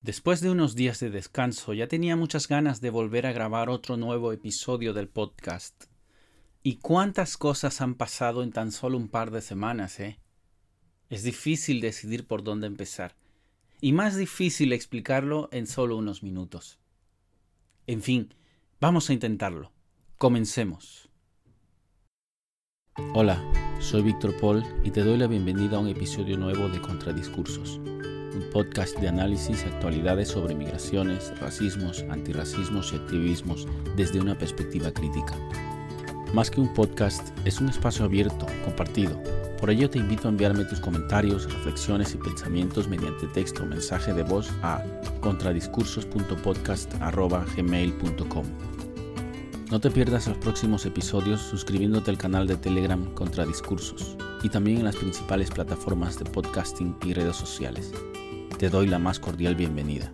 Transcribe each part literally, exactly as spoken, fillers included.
Después de unos días de descanso, ya tenía muchas ganas de volver a grabar otro nuevo episodio del podcast. ¿Y cuántas cosas han pasado en tan solo un par de semanas, eh? Es difícil decidir por dónde empezar, y más difícil explicarlo en solo unos minutos. En fin, vamos a intentarlo. Comencemos. Hola, soy Víctor Paul y te doy la bienvenida a un episodio nuevo de Contradiscursos, un podcast de análisis y actualidades sobre migraciones, racismos, antirracismos y activismos desde una perspectiva crítica. Más que un podcast, es un espacio abierto, compartido. Por ello te invito a enviarme tus comentarios, reflexiones y pensamientos mediante texto o mensaje de voz a contradiscursos punto podcast arroba gmail punto com. No te pierdas los próximos episodios suscribiéndote al canal de Telegram Contradiscursos y también en las principales plataformas de podcasting y redes sociales. Te doy la más cordial bienvenida.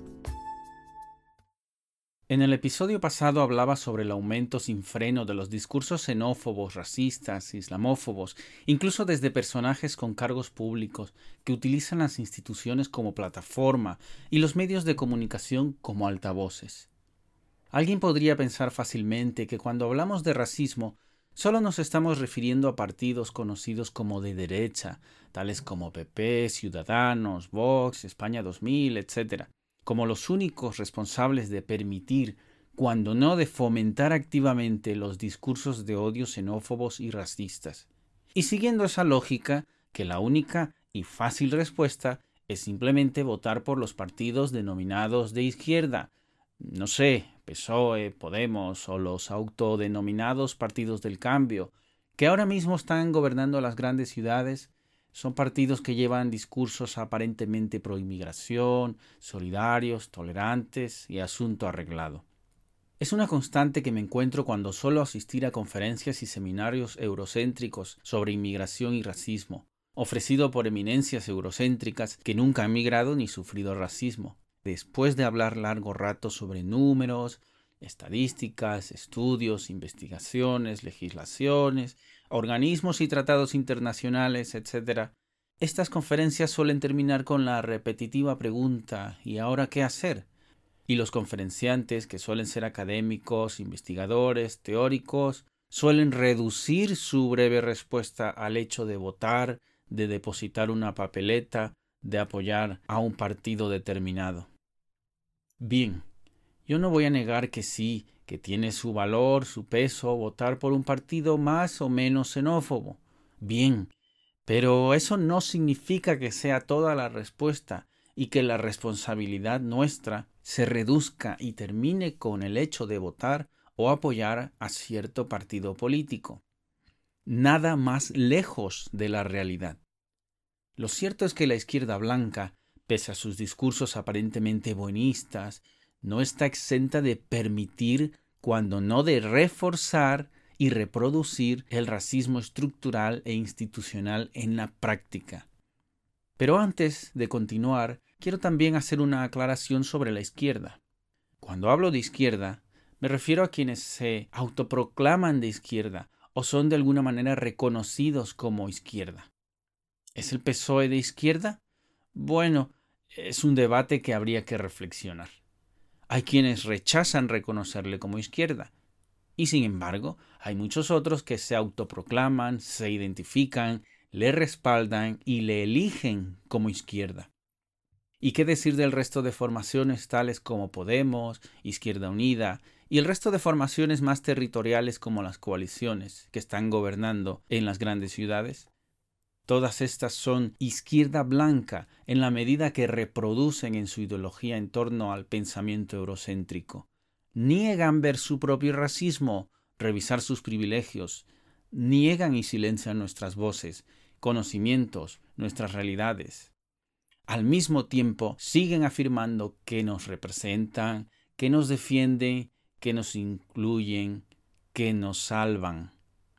En el episodio pasado hablaba sobre el aumento sin freno de los discursos xenófobos, racistas, islamófobos, incluso desde personajes con cargos públicos que utilizan las instituciones como plataforma y los medios de comunicación como altavoces. Alguien podría pensar fácilmente que cuando hablamos de racismo solo nos estamos refiriendo a partidos conocidos como de derecha, tales como P P, Ciudadanos, Vox, España dos mil, etcétera, como los únicos responsables de permitir, cuando no de fomentar activamente los discursos de odio xenófobos y racistas. Y siguiendo esa lógica, que la única y fácil respuesta es simplemente votar por los partidos denominados de izquierda, no sé, P S O E, Podemos o los autodenominados partidos del cambio, que ahora mismo están gobernando las grandes ciudades. Son partidos que llevan discursos aparentemente pro-inmigración, solidarios, tolerantes y asunto arreglado. Es una constante que me encuentro cuando suelo asistir a conferencias y seminarios eurocéntricos sobre inmigración y racismo, ofrecido por eminencias eurocéntricas que nunca han migrado ni sufrido racismo. Después de hablar largo rato sobre números, estadísticas, estudios, investigaciones, legislaciones, organismos y tratados internacionales, etcétera, estas conferencias suelen terminar con la repetitiva pregunta ¿y ahora qué hacer? Y los conferenciantes, que suelen ser académicos, investigadores, teóricos, suelen reducir su breve respuesta al hecho de votar, de depositar una papeleta, de apoyar a un partido determinado. Bien, yo no voy a negar que sí, que tiene su valor, su peso, votar por un partido más o menos xenófobo. Bien, pero eso no significa que sea toda la respuesta y que la responsabilidad nuestra se reduzca y termine con el hecho de votar o apoyar a cierto partido político. Nada más lejos de la realidad. Lo cierto es que la izquierda blanca, pese a sus discursos aparentemente buenistas, no está exenta de permitir, cuando no de reforzar y reproducir el racismo estructural e institucional en la práctica. Pero antes de continuar, quiero también hacer una aclaración sobre la izquierda. Cuando hablo de izquierda, me refiero a quienes se autoproclaman de izquierda o son de alguna manera reconocidos como izquierda. ¿Es el P S O E de izquierda? Bueno, es un debate que habría que reflexionar. Hay quienes rechazan reconocerle como izquierda, y sin embargo, hay muchos otros que se autoproclaman, se identifican, le respaldan y le eligen como izquierda. ¿Y qué decir del resto de formaciones tales como Podemos, Izquierda Unida y el resto de formaciones más territoriales como las coaliciones que están gobernando en las grandes ciudades? Todas estas son izquierda blanca en la medida que reproducen en su ideología en torno al pensamiento eurocéntrico. Niegan ver su propio racismo, revisar sus privilegios, niegan y silencian nuestras voces, conocimientos, nuestras realidades. Al mismo tiempo, siguen afirmando que nos representan, que nos defienden, que nos incluyen, que nos salvan.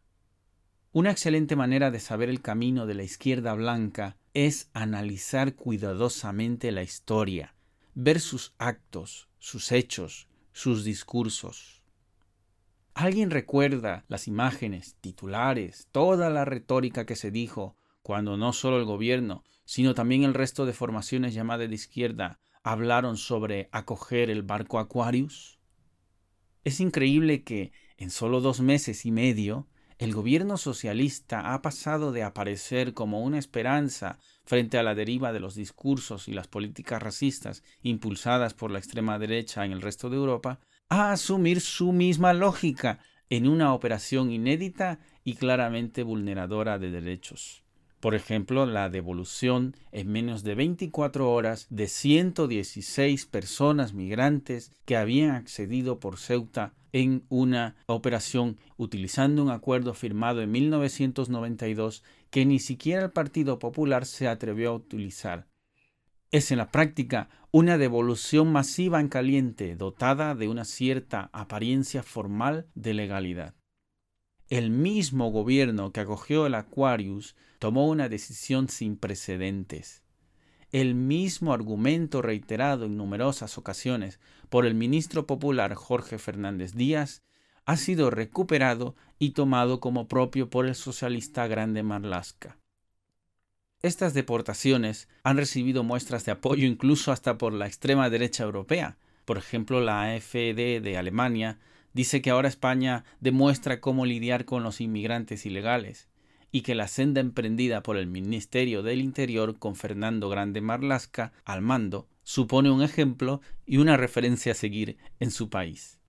Una excelente manera de saber el camino de la izquierda blanca es analizar cuidadosamente la historia, ver sus actos, sus hechos, sus discursos. ¿Alguien recuerda las imágenes, titulares, toda la retórica que se dijo cuando no solo el gobierno, sino también el resto de formaciones llamadas de izquierda hablaron sobre acoger el barco Aquarius? Es increíble que en solo dos meses y medio el gobierno socialista ha pasado de aparecer como una esperanza frente a la deriva de los discursos y las políticas racistas impulsadas por la extrema derecha en el resto de Europa, a asumir su misma lógica en una operación inédita y claramente vulneradora de derechos. Por ejemplo, la devolución en menos de veinticuatro horas de ciento dieciséis personas migrantes que habían accedido por Ceuta en una operación utilizando un acuerdo firmado en mil novecientos noventa y dos que ni siquiera el Partido Popular se atrevió a utilizar. Es en la práctica una devolución masiva en caliente, dotada de una cierta apariencia formal de legalidad. El mismo gobierno que acogió el Aquarius tomó una decisión sin precedentes. El mismo argumento reiterado en numerosas ocasiones por el ministro popular Jorge Fernández Díaz ha sido recuperado y tomado como propio por el socialista Grande Marlaska. Estas deportaciones han recibido muestras de apoyo incluso hasta por la extrema derecha europea. Por ejemplo, la A F D de Alemania dice que ahora España demuestra cómo lidiar con los inmigrantes ilegales y que la senda emprendida por el Ministerio del Interior con Fernando Grande Marlaska al mando supone un ejemplo y una referencia a seguir en su país.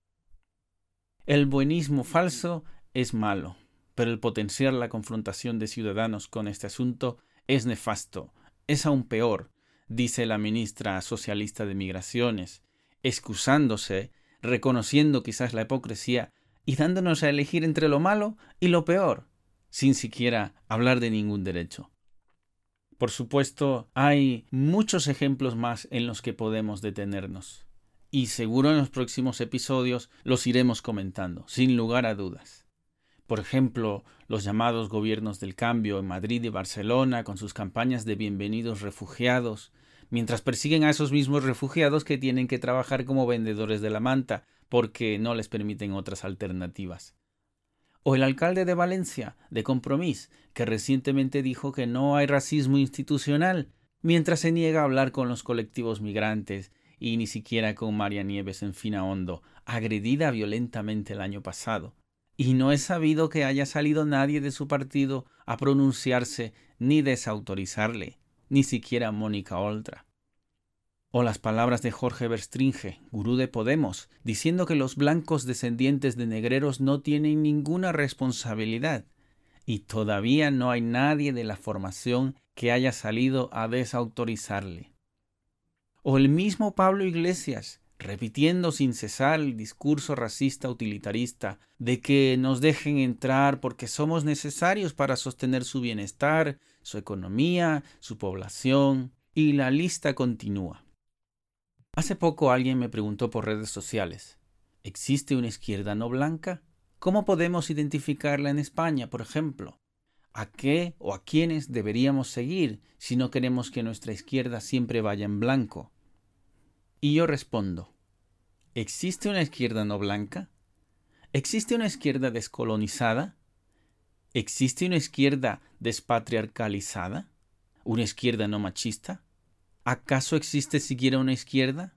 El buenismo falso es malo, pero el potenciar la confrontación de ciudadanos con este asunto es nefasto, es aún peor, dice la ministra socialista de Migraciones, excusándose, reconociendo quizás la hipocresía y dándonos a elegir entre lo malo y lo peor, sin siquiera hablar de ningún derecho. Por supuesto, hay muchos ejemplos más en los que podemos detenernos, y seguro en los próximos episodios los iremos comentando, sin lugar a dudas. Por ejemplo, los llamados gobiernos del cambio en Madrid y Barcelona con sus campañas de bienvenidos refugiados, mientras persiguen a esos mismos refugiados que tienen que trabajar como vendedores de la manta porque no les permiten otras alternativas. O el alcalde de Valencia, de Compromís, que recientemente dijo que no hay racismo institucional, mientras se niega a hablar con los colectivos migrantes y ni siquiera con María Nieves en Finaondo, agredida violentamente el año pasado. Y no es sabido que haya salido nadie de su partido a pronunciarse ni desautorizarle, ni siquiera Mónica Oltra. O las palabras de Jorge Verstringe, gurú de Podemos, diciendo que los blancos descendientes de negreros no tienen ninguna responsabilidad, y todavía no hay nadie de la formación que haya salido a desautorizarle. O el mismo Pablo Iglesias, repitiendo sin cesar el discurso racista utilitarista de que nos dejen entrar porque somos necesarios para sostener su bienestar, su economía, su población, y la lista continúa. Hace poco alguien me preguntó por redes sociales, ¿existe una izquierda no blanca? ¿Cómo podemos identificarla en España, por ejemplo? ¿A qué o a quiénes deberíamos seguir si no queremos que nuestra izquierda siempre vaya en blanco? Y yo respondo, ¿existe una izquierda no blanca? ¿Existe una izquierda descolonizada? ¿Existe una izquierda despatriarcalizada? ¿Una izquierda no machista? ¿Acaso existe siquiera una izquierda?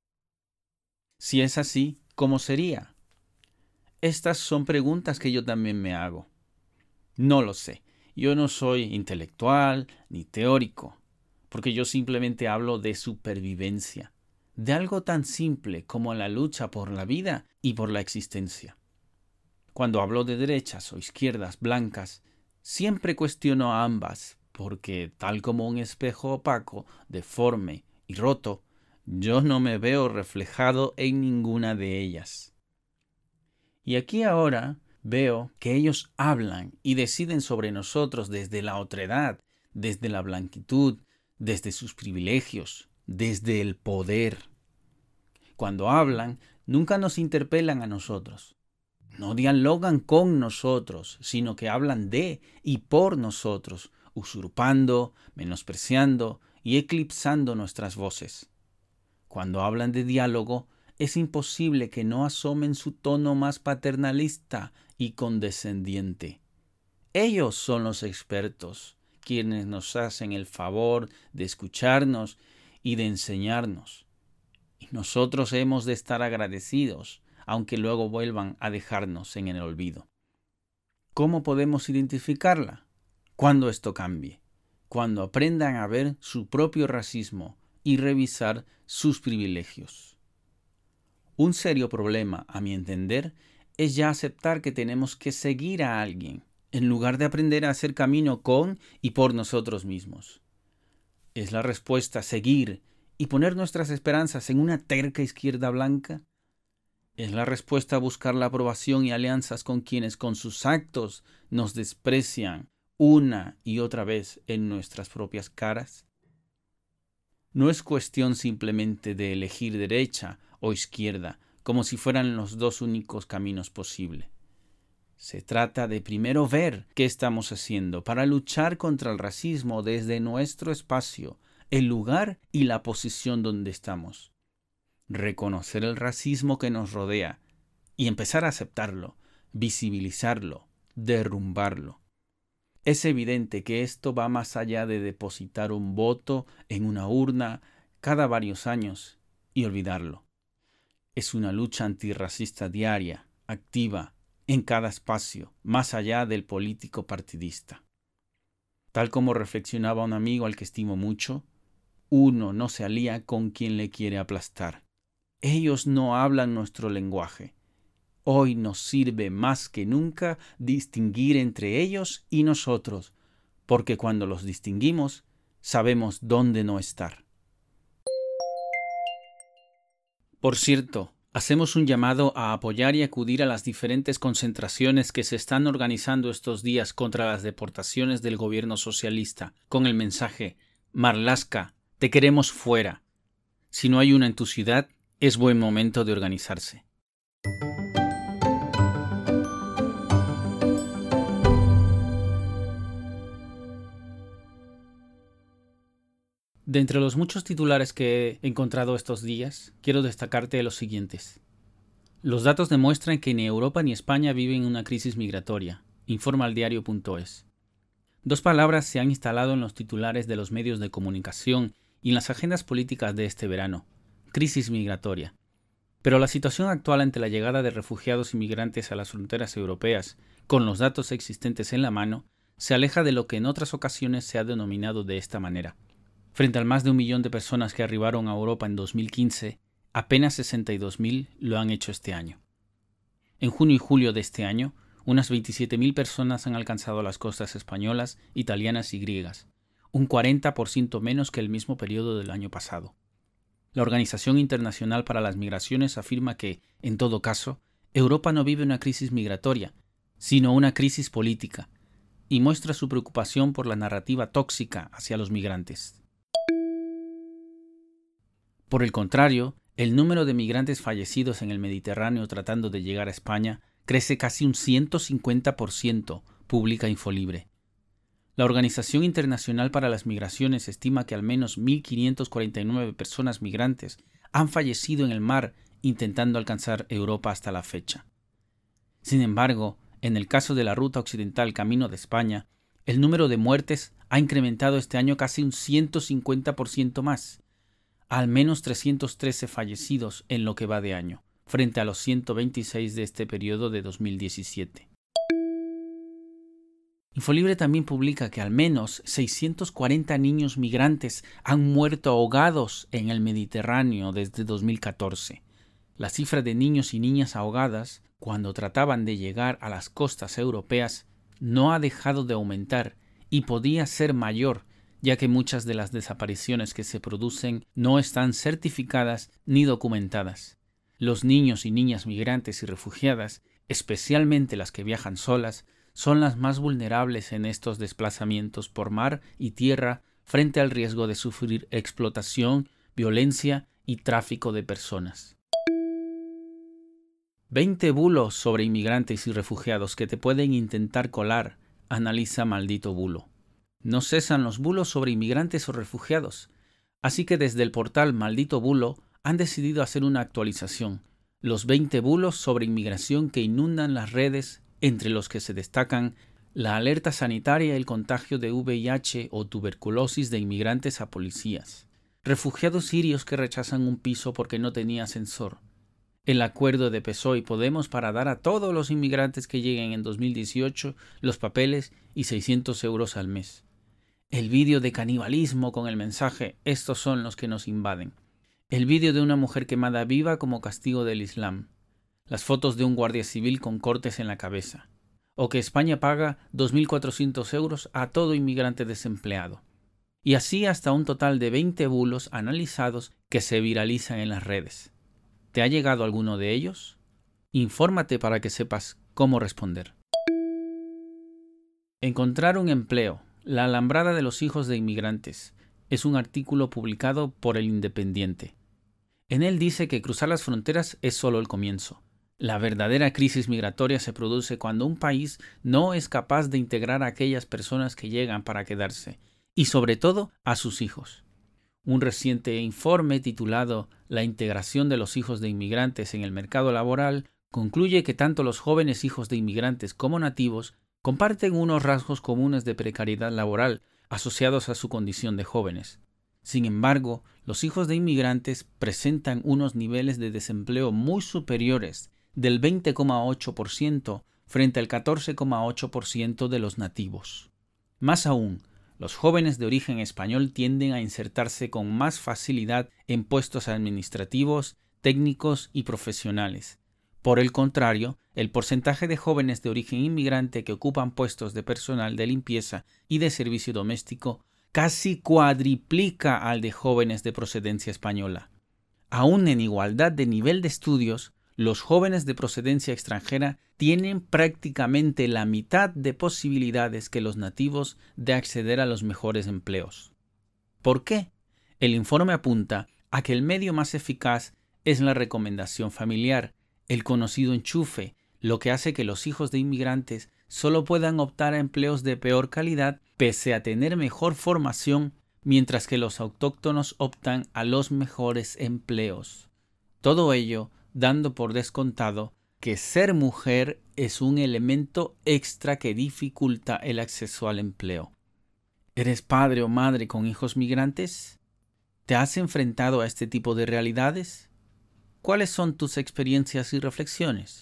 Si es así, ¿cómo sería? Estas son preguntas que yo también me hago. No lo sé. Yo no soy intelectual ni teórico, porque yo simplemente hablo de supervivencia, de algo tan simple como la lucha por la vida y por la existencia. Cuando hablo de derechas o izquierdas blancas, siempre cuestiono a ambas, porque tal como un espejo opaco, deforme y roto, yo no me veo reflejado en ninguna de ellas. Y aquí ahora veo que ellos hablan y deciden sobre nosotros desde la otredad, desde la blanquitud, desde sus privilegios, desde el poder. Cuando hablan, nunca nos interpelan a nosotros. No dialogan con nosotros, sino que hablan de y por nosotros, usurpando, menospreciando y eclipsando nuestras voces. Cuando hablan de diálogo, es imposible que no asomen su tono más paternalista y condescendiente. Ellos son los expertos, quienes nos hacen el favor de escucharnos y de enseñarnos. Y nosotros hemos de estar agradecidos, aunque luego vuelvan a dejarnos en el olvido. ¿Cómo podemos identificarla? Cuando esto cambie, cuando aprendan a ver su propio racismo y revisar sus privilegios. Un serio problema, a mi entender, es ya aceptar que tenemos que seguir a alguien, en lugar de aprender a hacer camino con y por nosotros mismos. ¿Es la respuesta seguir y poner nuestras esperanzas en una terca izquierda blanca? ¿Es la respuesta buscar la aprobación y alianzas con quienes con sus actos nos desprecian una y otra vez en nuestras propias caras? No es cuestión simplemente de elegir derecha o izquierda, como si fueran los dos únicos caminos posibles. Se trata de primero ver qué estamos haciendo para luchar contra el racismo desde nuestro espacio, el lugar y la posición donde estamos. Reconocer el racismo que nos rodea y empezar a aceptarlo, visibilizarlo, derrumbarlo. Es evidente que esto va más allá de depositar un voto en una urna cada varios años y olvidarlo. Es una lucha antirracista diaria, activa, en cada espacio, más allá del político partidista. Tal como reflexionaba un amigo al que estimo mucho, uno no se alía con quien le quiere aplastar. Ellos no hablan nuestro lenguaje. Hoy nos sirve más que nunca distinguir entre ellos y nosotros, porque cuando los distinguimos, sabemos dónde no estar. Por cierto, hacemos un llamado a apoyar y acudir a las diferentes concentraciones que se están organizando estos días contra las deportaciones del gobierno socialista, con el mensaje: Marlaska, te queremos fuera. Si no hay una en tu ciudad, es buen momento de organizarse. De entre los muchos titulares que he encontrado estos días, quiero destacarte los siguientes. Los datos demuestran que ni Europa ni España viven una crisis migratoria, informa el diario punto es. Dos palabras se han instalado en los titulares de los medios de comunicación y en las agendas políticas de este verano: crisis migratoria. Pero la situación actual ante la llegada de refugiados y migrantes a las fronteras europeas, con los datos existentes en la mano, se aleja de lo que en otras ocasiones se ha denominado de esta manera. Frente al más de un millón de personas que arribaron a Europa en dos mil quince, apenas sesenta y dos mil lo han hecho este año. En junio y julio de este año, unas veintisiete mil personas han alcanzado las costas españolas, italianas y griegas, un cuarenta por ciento menos que el mismo periodo del año pasado. La Organización Internacional para las Migraciones afirma que, en todo caso, Europa no vive una crisis migratoria, sino una crisis política, y muestra su preocupación por la narrativa tóxica hacia los migrantes. Por el contrario, el número de migrantes fallecidos en el Mediterráneo tratando de llegar a España crece casi un ciento cincuenta por ciento, publica Infolibre. La Organización Internacional para las Migraciones estima que al menos mil quinientas cuarenta y nueve personas migrantes han fallecido en el mar intentando alcanzar Europa hasta la fecha. Sin embargo, en el caso de la ruta occidental camino de España, el número de muertes ha incrementado este año casi un ciento cincuenta por ciento más. Al menos trescientos trece fallecidos en lo que va de año, frente a los ciento veintiséis de este periodo de dos mil diecisiete. Infolibre también publica que al menos seiscientos cuarenta niños migrantes han muerto ahogados en el Mediterráneo desde dos mil catorce. La cifra de niños y niñas ahogadas cuando trataban de llegar a las costas europeas no ha dejado de aumentar y podía ser mayor, ya que muchas de las desapariciones que se producen no están certificadas ni documentadas. Los niños y niñas migrantes y refugiadas, especialmente las que viajan solas, son las más vulnerables en estos desplazamientos por mar y tierra frente al riesgo de sufrir explotación, violencia y tráfico de personas. veinte bulos sobre inmigrantes y refugiados que te pueden intentar colar, analiza Maldito Bulo. No cesan los bulos sobre inmigrantes o refugiados, así que desde el portal Maldito Bulo han decidido hacer una actualización, los veinte bulos sobre inmigración que inundan las redes, entre los que se destacan la alerta sanitaria y el contagio de V I H o tuberculosis de inmigrantes a policías, refugiados sirios que rechazan un piso porque no tenía ascensor, el acuerdo de P S O E y Podemos para dar a todos los inmigrantes que lleguen en dos mil dieciocho los papeles y seiscientos euros al mes, el vídeo de canibalismo con el mensaje «Estos son los que nos invaden», el vídeo de una mujer quemada viva como castigo del Islam, las fotos de un guardia civil con cortes en la cabeza, o que España paga dos mil cuatrocientos euros a todo inmigrante desempleado. Y así hasta un total de veinte bulos analizados que se viralizan en las redes. ¿Te ha llegado alguno de ellos? Infórmate para que sepas cómo responder. Encontrar un empleo. La alambrada de los hijos de inmigrantes. Es un artículo publicado por El Independiente. En él dice que cruzar las fronteras es solo el comienzo. La verdadera crisis migratoria se produce cuando un país no es capaz de integrar a aquellas personas que llegan para quedarse, y sobre todo a sus hijos. Un reciente informe titulado La integración de los hijos de inmigrantes en el mercado laboral concluye que tanto los jóvenes hijos de inmigrantes como nativos comparten unos rasgos comunes de precariedad laboral asociados a su condición de jóvenes. Sin embargo, los hijos de inmigrantes presentan unos niveles de desempleo muy superiores del veinte coma ocho por ciento frente al catorce coma ocho por ciento de los nativos. Más aún, los jóvenes de origen español tienden a insertarse con más facilidad en puestos administrativos, técnicos y profesionales. Por el contrario, el porcentaje de jóvenes de origen inmigrante que ocupan puestos de personal de limpieza y de servicio doméstico casi cuadriplica al de jóvenes de procedencia española. Aún en igualdad de nivel de estudios, los jóvenes de procedencia extranjera tienen prácticamente la mitad de posibilidades que los nativos de acceder a los mejores empleos. ¿Por qué? El informe apunta a que el medio más eficaz es la recomendación familiar, el conocido enchufe, lo que hace que los hijos de inmigrantes solo puedan optar a empleos de peor calidad pese a tener mejor formación, mientras que los autóctonos optan a los mejores empleos. Todo ello dando por descontado que ser mujer es un elemento extra que dificulta el acceso al empleo. ¿Eres padre o madre con hijos migrantes? ¿Te has enfrentado a este tipo de realidades? ¿Cuáles son tus experiencias y reflexiones?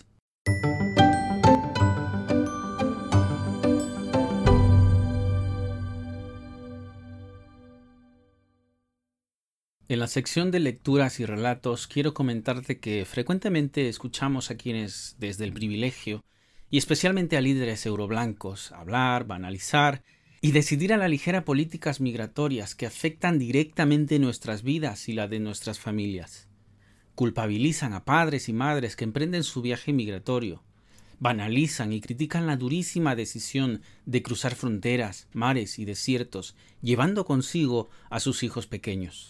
En la sección de lecturas y relatos quiero comentarte que frecuentemente escuchamos a quienes desde el privilegio y especialmente a líderes euroblancos hablar, banalizar y decidir a la ligera políticas migratorias que afectan directamente nuestras vidas y la de nuestras familias. Culpabilizan a padres y madres que emprenden su viaje migratorio, banalizan y critican la durísima decisión de cruzar fronteras, mares y desiertos, llevando consigo a sus hijos pequeños.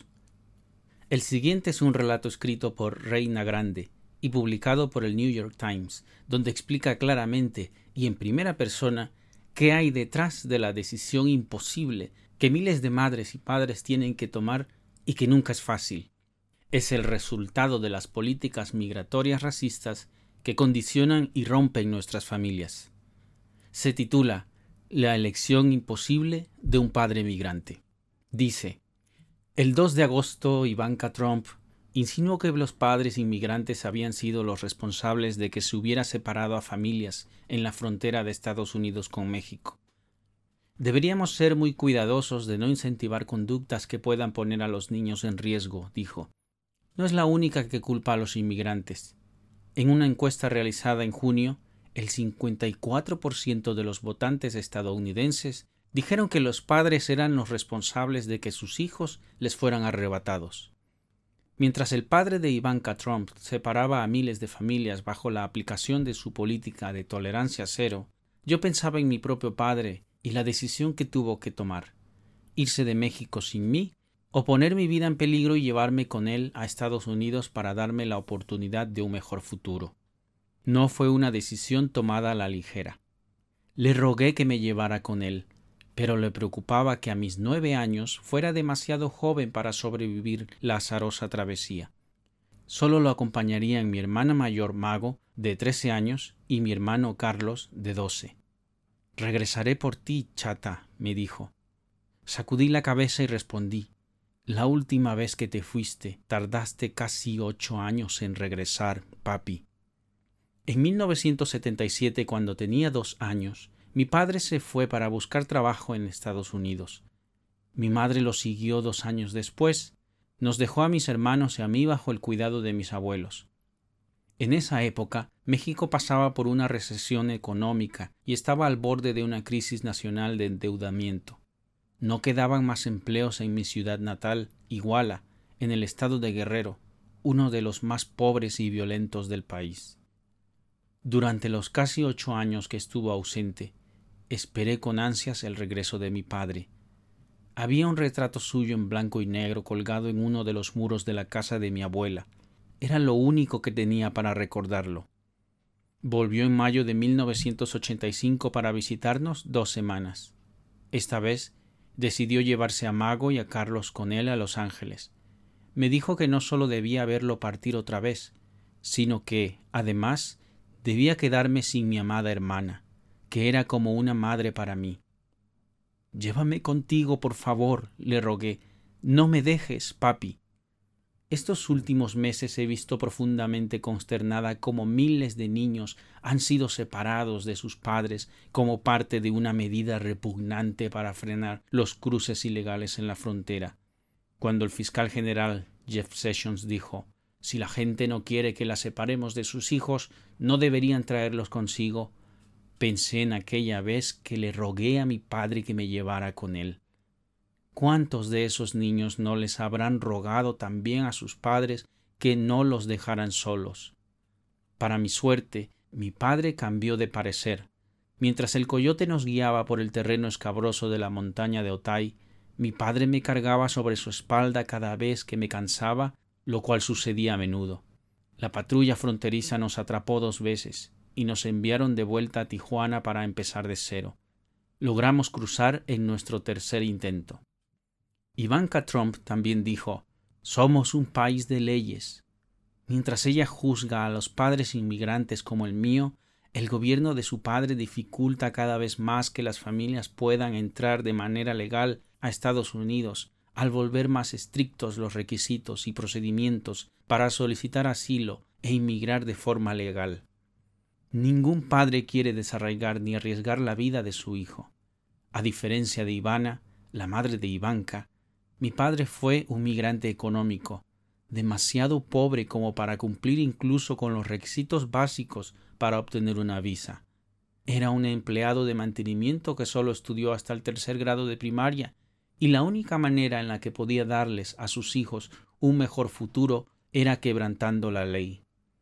El siguiente es un relato escrito por Reina Grande y publicado por el New York Times, donde explica claramente y en primera persona qué hay detrás de la decisión imposible que miles de madres y padres tienen que tomar y que nunca es fácil. Es el resultado de las políticas migratorias racistas que condicionan y rompen nuestras familias. Se titula La elección imposible de un padre migrante. Dice: el dos de agosto, Ivanka Trump insinuó que los padres inmigrantes habían sido los responsables de que se hubiera separado a familias en la frontera de Estados Unidos con México. Deberíamos ser muy cuidadosos de no incentivar conductas que puedan poner a los niños en riesgo, dijo. No es la única que culpa a los inmigrantes. En una encuesta realizada en junio, el cincuenta y cuatro por ciento de los votantes estadounidenses dijeron que los padres eran los responsables de que sus hijos les fueran arrebatados. Mientras el padre de Ivanka Trump separaba a miles de familias bajo la aplicación de su política de tolerancia cero, yo pensaba en mi propio padre y la decisión que tuvo que tomar: irse de México sin mí o poner mi vida en peligro y llevarme con él a Estados Unidos para darme la oportunidad de un mejor futuro. No fue una decisión tomada a la ligera. Le rogué que me llevara con él, pero le preocupaba que a mis nueve años fuera demasiado joven para sobrevivir la azarosa travesía. Solo lo acompañarían mi hermana mayor Mago, de trece años, y mi hermano Carlos, de doce. «Regresaré por ti, chata», me dijo. Sacudí la cabeza y respondí: La última vez que te fuiste, tardaste casi ocho años en regresar, papi. En mil novecientos setenta y siete, cuando tenía dos años, mi padre se fue para buscar trabajo en Estados Unidos. Mi madre lo siguió dos años después. Nos dejó a mis hermanos y a mí bajo el cuidado de mis abuelos. En esa época, México pasaba por una recesión económica y estaba al borde de una crisis nacional de endeudamiento. No quedaban más empleos en mi ciudad natal, Iguala, en el estado de Guerrero, uno de los más pobres y violentos del país. Durante los casi ocho años que estuvo ausente, esperé con ansias el regreso de mi padre. Había un retrato suyo en blanco y negro colgado en uno de los muros de la casa de mi abuela. Era lo único que tenía para recordarlo. Volvió en mayo de mil novecientos ochenta y cinco para visitarnos dos semanas. Esta vez decidió llevarse a Mago y a Carlos con él a Los Ángeles. Me dijo que no solo debía verlo partir otra vez, sino que, además, debía quedarme sin mi amada hermana, que era como una madre para mí. «Llévame contigo, por favor», le rogué. «No me dejes, papi». Estos últimos meses he visto profundamente consternada cómo miles de niños han sido separados de sus padres como parte de una medida repugnante para frenar los cruces ilegales en la frontera. Cuando el fiscal general Jeff Sessions dijo: «Si la gente no quiere que la separemos de sus hijos, no deberían traerlos consigo», pensé en aquella vez que le rogué a mi padre que me llevara con él. ¿Cuántos de esos niños no les habrán rogado también a sus padres que no los dejaran solos? Para mi suerte, mi padre cambió de parecer. Mientras el coyote nos guiaba por el terreno escabroso de la montaña de Otay, mi padre me cargaba sobre su espalda cada vez que me cansaba, lo cual sucedía a menudo. La patrulla fronteriza nos atrapó dos veces y nos enviaron de vuelta a Tijuana para empezar de cero. Logramos cruzar en nuestro tercer intento. Ivanka Trump también dijo: «Somos un país de leyes». Mientras ella juzga a los padres inmigrantes como el mío, el gobierno de su padre dificulta cada vez más que las familias puedan entrar de manera legal a Estados Unidos, al volver más estrictos los requisitos y procedimientos para solicitar asilo e inmigrar de forma legal. Ningún padre quiere desarraigar ni arriesgar la vida de su hijo. A diferencia de Ivana, la madre de Ivanka, mi padre fue un migrante económico, demasiado pobre como para cumplir incluso con los requisitos básicos para obtener una visa. Era un empleado de mantenimiento que solo estudió hasta el tercer grado de primaria, y la única manera en la que podía darles a sus hijos un mejor futuro era quebrantando la ley.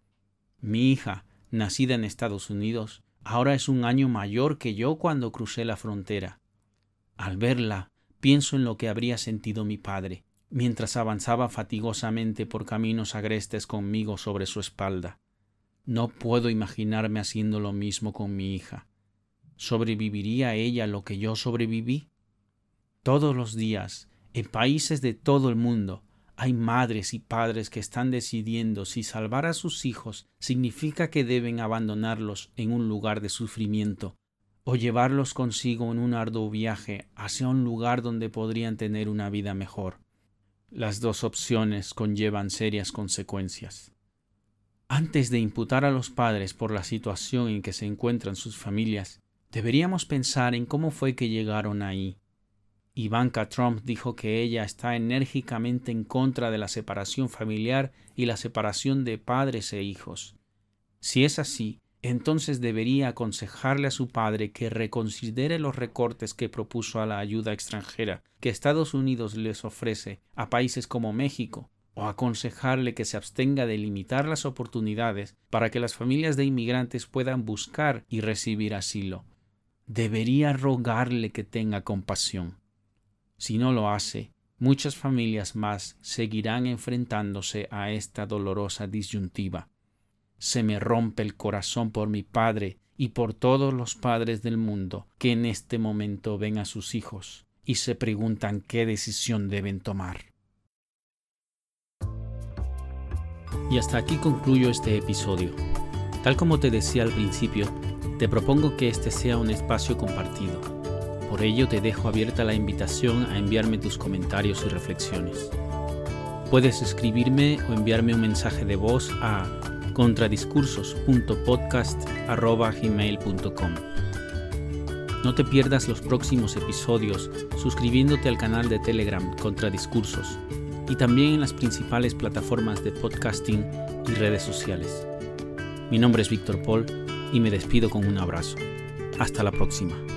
Mi hija, nacida en Estados Unidos, ahora es un año mayor que yo cuando crucé la frontera. Al verla, pienso en lo que habría sentido mi padre, mientras avanzaba fatigosamente por caminos agrestes conmigo sobre su espalda. No puedo imaginarme haciendo lo mismo con mi hija. ¿Sobreviviría ella lo que yo sobreviví? Todos los días, en países de todo el mundo, hay madres y padres que están decidiendo si salvar a sus hijos significa que deben abandonarlos en un lugar de sufrimiento o llevarlos consigo en un arduo viaje hacia un lugar donde podrían tener una vida mejor. Las dos opciones conllevan serias consecuencias. Antes de imputar a los padres por la situación en que se encuentran sus familias, deberíamos pensar en cómo fue que llegaron ahí. Ivanka Trump dijo que ella está enérgicamente en contra de la separación familiar y la separación de padres e hijos. Si es así, entonces debería aconsejarle a su padre que reconsidere los recortes que propuso a la ayuda extranjera que Estados Unidos les ofrece a países como México, o aconsejarle que se abstenga de limitar las oportunidades para que las familias de inmigrantes puedan buscar y recibir asilo. Debería rogarle que tenga compasión. Si no lo hace, muchas familias más seguirán enfrentándose a esta dolorosa disyuntiva. Se me rompe el corazón por mi padre y por todos los padres del mundo que en este momento ven a sus hijos y se preguntan qué decisión deben tomar. Y hasta aquí concluyo este episodio. Tal como te decía al principio, te propongo que este sea un espacio compartido. Por ello te dejo abierta la invitación a enviarme tus comentarios y reflexiones. Puedes escribirme o enviarme un mensaje de voz a contradiscursos punto podcast arroba gmail punto com. No te pierdas los próximos episodios suscribiéndote al canal de Telegram Contradiscursos y también en las principales plataformas de podcasting y redes sociales. Mi nombre es Víctor Paul y me despido con un abrazo. Hasta la próxima.